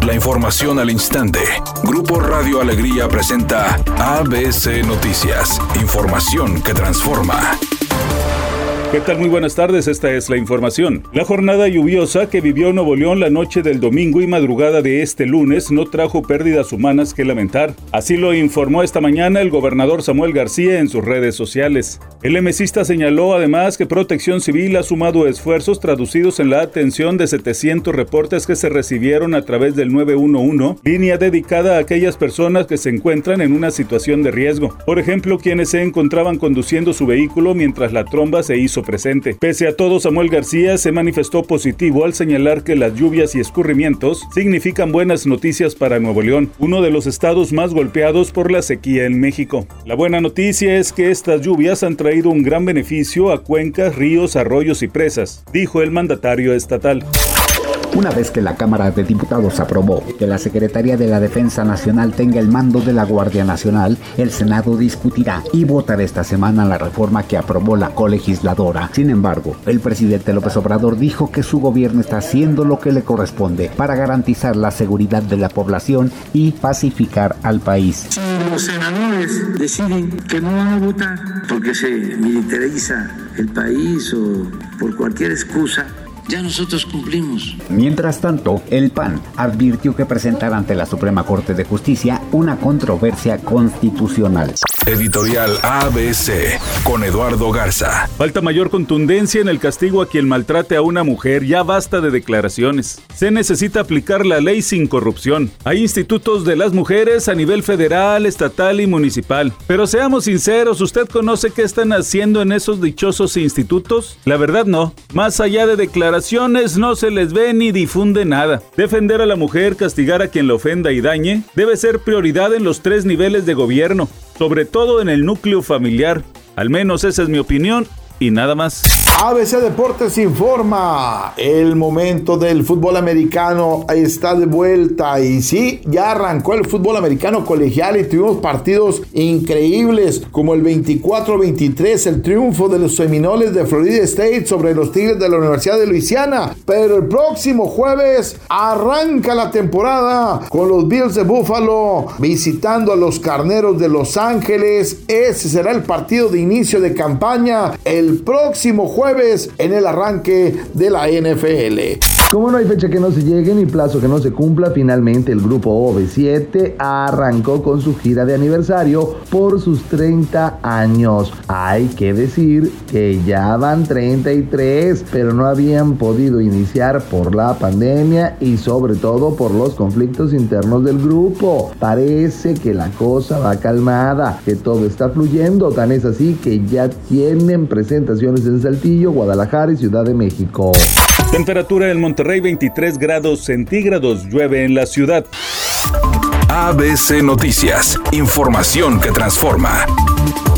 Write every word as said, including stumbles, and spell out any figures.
La información al instante. Grupo Radio Alegría presenta A B C Noticias. Información que transforma. ¿Qué tal? Muy buenas tardes, esta es la información. La jornada lluviosa que vivió Nuevo León la noche del domingo y madrugada de este lunes no trajo pérdidas humanas que lamentar. Así lo informó esta mañana el gobernador Samuel García en sus redes sociales. El emesista señaló además que Protección Civil ha sumado esfuerzos traducidos en la atención de setecientos reportes que se recibieron a través del nueve uno uno, línea dedicada a aquellas personas que se encuentran en una situación de riesgo. Por ejemplo, quienes se encontraban conduciendo su vehículo mientras la tromba se hizo presente. Pese a todo, Samuel García se manifestó positivo al señalar que las lluvias y escurrimientos significan buenas noticias para Nuevo León, uno de los estados más golpeados por la sequía en México. La buena noticia es que estas lluvias han traído un gran beneficio a cuencas, ríos, arroyos y presas, dijo el mandatario estatal. Una vez que la Cámara de Diputados aprobó que la Secretaría de la Defensa Nacional tenga el mando de la Guardia Nacional, el Senado discutirá y votará esta semana la reforma que aprobó la colegisladora. Sin embargo, el presidente López Obrador dijo que su gobierno está haciendo lo que le corresponde para garantizar la seguridad de la población y pacificar al país. Si los senadores deciden que no van a votar porque se militariza el país o por cualquier excusa, ya nosotros cumplimos. Mientras tanto, el P A N advirtió que presentará ante la Suprema Corte de Justicia una controversia constitucional. Editorial A B C con Eduardo Garza. Falta mayor contundencia en el castigo a quien maltrate a una mujer. Ya basta de declaraciones. Se necesita aplicar la ley sin corrupción. Hay institutos de las mujeres a nivel federal, estatal y municipal. Pero seamos sinceros, ¿usted conoce qué están haciendo en esos dichosos institutos? La verdad no. Más allá de declaraciones, no se les ve ni difunde nada. Defender a la mujer, castigar a quien la ofenda y dañe, debe ser prioridad en los tres niveles de gobierno, sobre todo en el núcleo familiar. Al menos esa es mi opinión y nada más. A B C Deportes informa, el momento del fútbol americano está de vuelta y sí, ya arrancó el fútbol americano colegial y tuvimos partidos increíbles como el veinticuatro veintitrés, el triunfo de los Seminoles de Florida State sobre los Tigres de la Universidad de Luisiana, pero el próximo jueves arranca la temporada con los Bills de Buffalo visitando a los Carneros de Los Ángeles. Ese será el partido de inicio de campaña el próximo jueves en el arranque de la N F L. Como no hay fecha que no se llegue ni plazo que no se cumpla, finalmente el grupo O V siete arrancó con su gira de aniversario por sus treinta años. Hay que decir que ya van treinta y tres, pero no habían podido iniciar por la pandemia y sobre todo por los conflictos internos del grupo. Parece que la cosa va calmada, que todo está fluyendo, tan es así que ya tienen presentaciones en Saltillo, Guadalajara y Ciudad de México. Temperatura en Monterrey veintitrés grados centígrados, llueve en la ciudad. A B C Noticias, información que transforma.